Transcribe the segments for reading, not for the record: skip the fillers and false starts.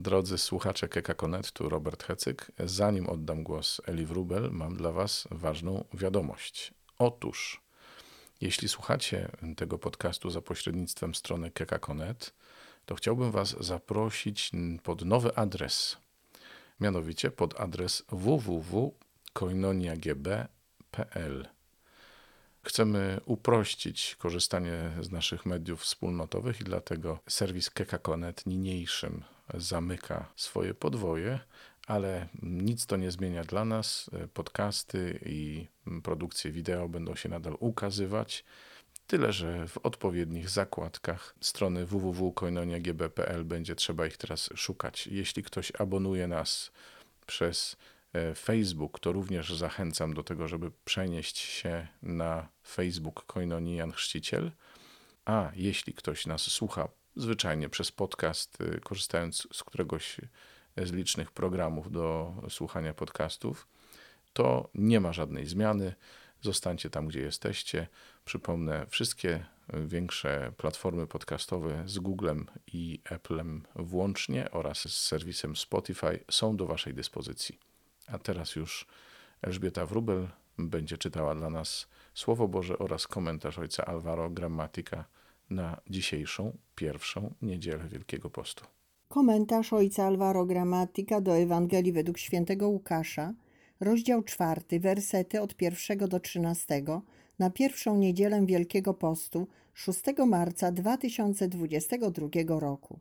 Drodzy słuchacze Keka.net, tu Robert Hecyk. Zanim oddam głos Eli Wróbel, mam dla Was ważną wiadomość. Otóż, jeśli słuchacie tego podcastu za pośrednictwem strony Keka.net, to chciałbym Was zaprosić pod nowy adres. Mianowicie pod adres www.koinoniagb.pl. Chcemy uprościć korzystanie z naszych mediów wspólnotowych i dlatego serwis Keka.net niniejszym zamyka swoje podwoje, ale nic to nie zmienia dla nas. Podcasty i produkcje wideo będą się nadal ukazywać, tyle że w odpowiednich zakładkach strony www.koinoniagb.pl będzie trzeba ich teraz szukać. Jeśli ktoś abonuje nas przez Facebook, to również zachęcam do tego, żeby przenieść się na Facebook Koinonii Jan Chrzciciel, a jeśli ktoś nas słucha zwyczajnie przez podcast, korzystając z któregoś z licznych programów do słuchania podcastów, to nie ma żadnej zmiany. Zostańcie tam, gdzie jesteście. Przypomnę, wszystkie większe platformy podcastowe z Googlem i Applem włącznie oraz z serwisem Spotify są do Waszej dyspozycji. A teraz już Elżbieta Wróbel będzie czytała dla nas Słowo Boże oraz komentarz ojca Alvaro Grammatica na dzisiejszą, pierwszą niedzielę Wielkiego Postu. Komentarz ojca Alvaro Grammatica do Ewangelii według świętego Łukasza, rozdział 4, wersety od 1 do 13 na pierwszą niedzielę Wielkiego Postu 6 marca 2022 roku.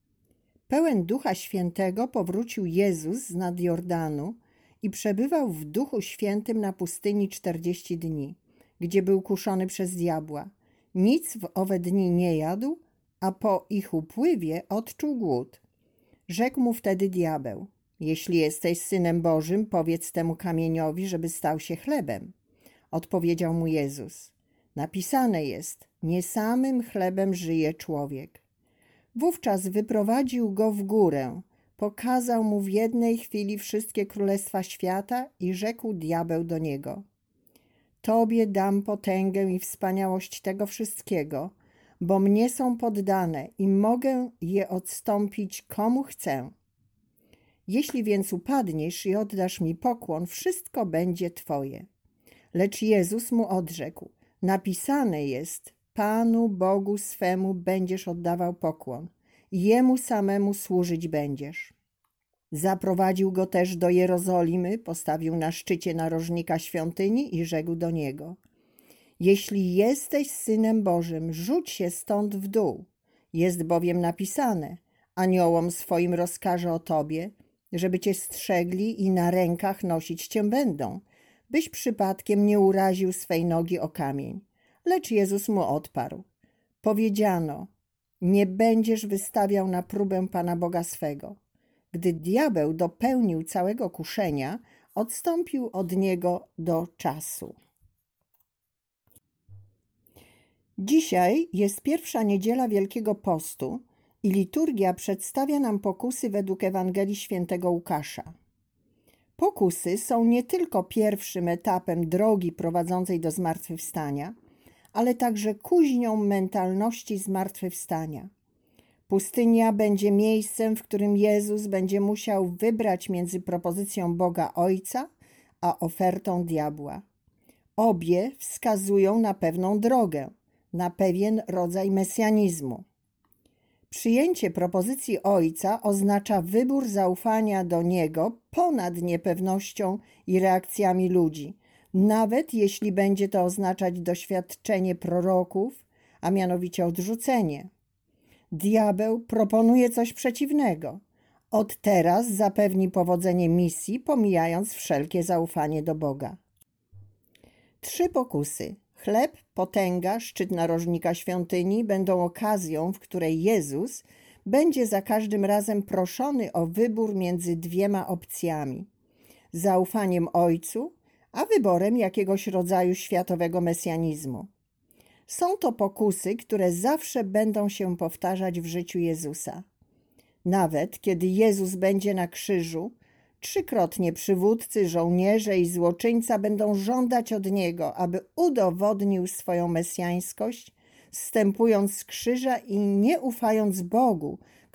Pełen Ducha Świętego powrócił Jezus z nad Jordanu i przebywał w Duchu Świętym na pustyni 40 dni, gdzie był kuszony przez diabła. Nic w owe dni nie jadł, a po ich upływie odczuł głód. Rzekł mu wtedy diabeł: jeśli jesteś Synem Bożym, powiedz temu kamieniowi, żeby stał się chlebem. Odpowiedział mu Jezus: napisane jest, nie samym chlebem żyje człowiek. Wówczas wyprowadził go w górę, pokazał mu w jednej chwili wszystkie królestwa świata i rzekł diabeł do niego: Tobie dam potęgę i wspaniałość tego wszystkiego, bo mnie są poddane i mogę je odstąpić komu chcę. Jeśli więc upadniesz i oddasz mi pokłon, wszystko będzie Twoje. Lecz Jezus mu odrzekł: napisane jest, Panu Bogu swemu będziesz oddawał pokłon, Jemu samemu służyć będziesz. Zaprowadził go też do Jerozolimy, postawił na szczycie narożnika świątyni i rzekł do niego: jeśli jesteś Synem Bożym, rzuć się stąd w dół. Jest bowiem napisane, aniołom swoim rozkaże o tobie, żeby cię strzegli i na rękach nosić cię będą, byś przypadkiem nie uraził swej nogi o kamień. Lecz Jezus mu odparł: powiedziano, nie będziesz wystawiał na próbę Pana Boga swego. Gdy diabeł dopełnił całego kuszenia, odstąpił od niego do czasu. Dzisiaj jest pierwsza niedziela Wielkiego Postu i liturgia przedstawia nam pokusy według Ewangelii świętego Łukasza. Pokusy są nie tylko pierwszym etapem drogi prowadzącej do zmartwychwstania, ale także kuźnią mentalności zmartwychwstania. Pustynia będzie miejscem, w którym Jezus będzie musiał wybrać między propozycją Boga Ojca a ofertą diabła. Obie wskazują na pewną drogę, na pewien rodzaj mesjanizmu. Przyjęcie propozycji Ojca oznacza wybór zaufania do Niego ponad niepewnością i reakcjami ludzi, nawet jeśli będzie to oznaczać doświadczenie proroków, a mianowicie odrzucenie. Diabeł proponuje coś przeciwnego. Od teraz zapewni powodzenie misji, pomijając wszelkie zaufanie do Boga. 3 pokusy: chleb, potęga, szczyt narożnika świątyni będą okazją, w której Jezus będzie za każdym razem proszony o wybór między 2 opcjami: zaufaniem Ojcu, a wyborem jakiegoś rodzaju światowego mesjanizmu. Są to pokusy, które zawsze będą się powtarzać w życiu Jezusa. Nawet kiedy Jezus będzie na krzyżu, 3-krotnie przywódcy, żołnierze i złoczyńca będą żądać od Niego, aby udowodnił swoją mesjańskość, zstępując z krzyża i nie ufając Bogu,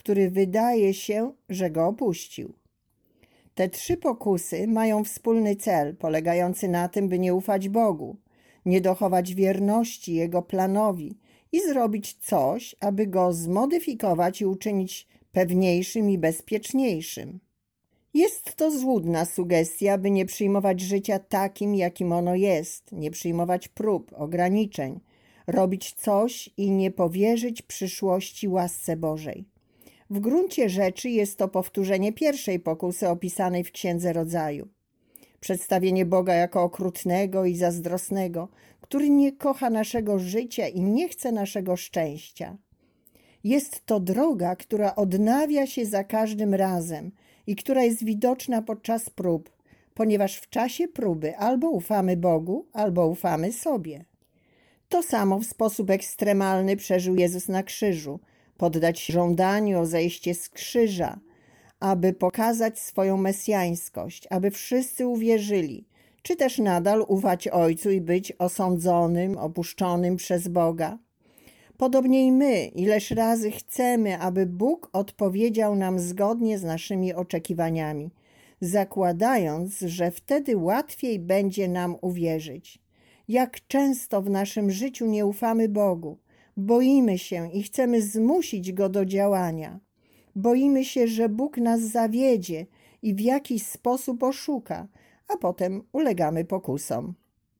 który wydaje się, że go opuścił. Te 3 pokusy mają wspólny cel, polegający na tym, by nie ufać Bogu, nie dochować wierności Jego planowi i zrobić coś, aby go zmodyfikować i uczynić pewniejszym i bezpieczniejszym. Jest to złudna sugestia, by nie przyjmować życia takim, jakim ono jest, nie przyjmować prób, ograniczeń, robić coś i nie powierzyć przyszłości łasce Bożej. W gruncie rzeczy jest to powtórzenie pierwszej pokusy opisanej w Księdze Rodzaju. Przedstawienie Boga jako okrutnego i zazdrosnego, który nie kocha naszego życia i nie chce naszego szczęścia. Jest to droga, która odnawia się za każdym razem i która jest widoczna podczas prób, ponieważ w czasie próby albo ufamy Bogu, albo ufamy sobie. To samo w sposób ekstremalny przeżył Jezus na krzyżu, poddać się żądaniu o zejście z krzyża, aby pokazać swoją mesjańskość, aby wszyscy uwierzyli, czy też nadal ufać Ojcu i być osądzonym, opuszczonym przez Boga. Podobnie i my, ileż razy chcemy, aby Bóg odpowiedział nam zgodnie z naszymi oczekiwaniami, zakładając, że wtedy łatwiej będzie nam uwierzyć. Jak często w naszym życiu nie ufamy Bogu, boimy się i chcemy zmusić Go do działania. Boimy się, że Bóg nas zawiedzie i w jakiś sposób oszuka, a potem ulegamy pokusom.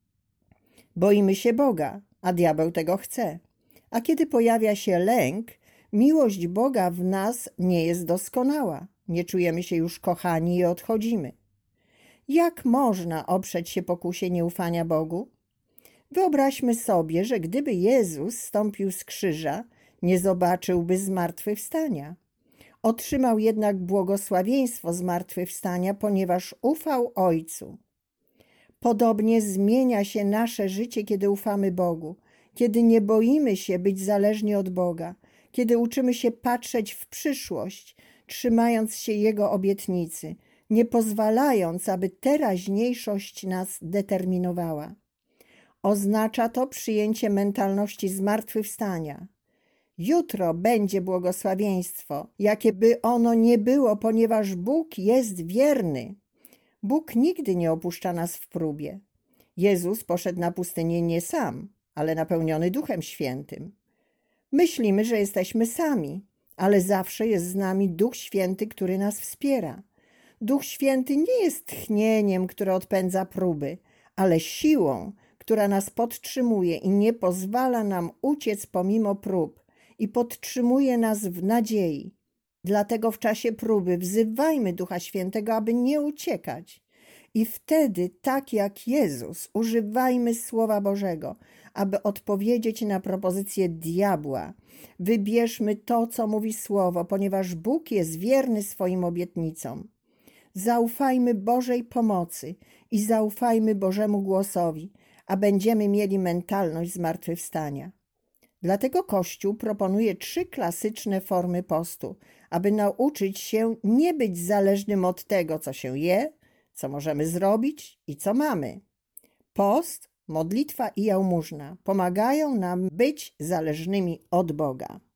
Boimy się Boga, a diabeł tego chce. A kiedy pojawia się lęk, miłość Boga w nas nie jest doskonała. Nie czujemy się już kochani i odchodzimy. Jak można oprzeć się pokusie nieufania Bogu? Wyobraźmy sobie, że gdyby Jezus zstąpił z krzyża, nie zobaczyłby zmartwychwstania. Otrzymał jednak błogosławieństwo zmartwychwstania, ponieważ ufał Ojcu. Podobnie zmienia się nasze życie, kiedy ufamy Bogu, kiedy nie boimy się być zależni od Boga, kiedy uczymy się patrzeć w przyszłość, trzymając się Jego obietnicy, nie pozwalając, aby teraźniejszość nas determinowała. Oznacza to przyjęcie mentalności zmartwychwstania. Jutro będzie błogosławieństwo, jakie by ono nie było, ponieważ Bóg jest wierny. Bóg nigdy nie opuszcza nas w próbie. Jezus poszedł na pustynię nie sam, ale napełniony Duchem Świętym. Myślimy, że jesteśmy sami, ale zawsze jest z nami Duch Święty, który nas wspiera. Duch Święty nie jest tchnieniem, które odpędza próby, ale siłą, która nas podtrzymuje i nie pozwala nam uciec pomimo prób i podtrzymuje nas w nadziei. Dlatego w czasie próby wzywajmy Ducha Świętego, aby nie uciekać. I wtedy, tak jak Jezus, używajmy Słowa Bożego, aby odpowiedzieć na propozycję diabła. Wybierzmy to, co mówi Słowo, ponieważ Bóg jest wierny swoim obietnicom. Zaufajmy Bożej pomocy i zaufajmy Bożemu głosowi, a będziemy mieli mentalność zmartwychwstania. Dlatego Kościół proponuje 3 klasyczne formy postu, aby nauczyć się nie być zależnym od tego, co się je, co możemy zrobić i co mamy. Post, modlitwa i jałmużna pomagają nam być zależnymi od Boga.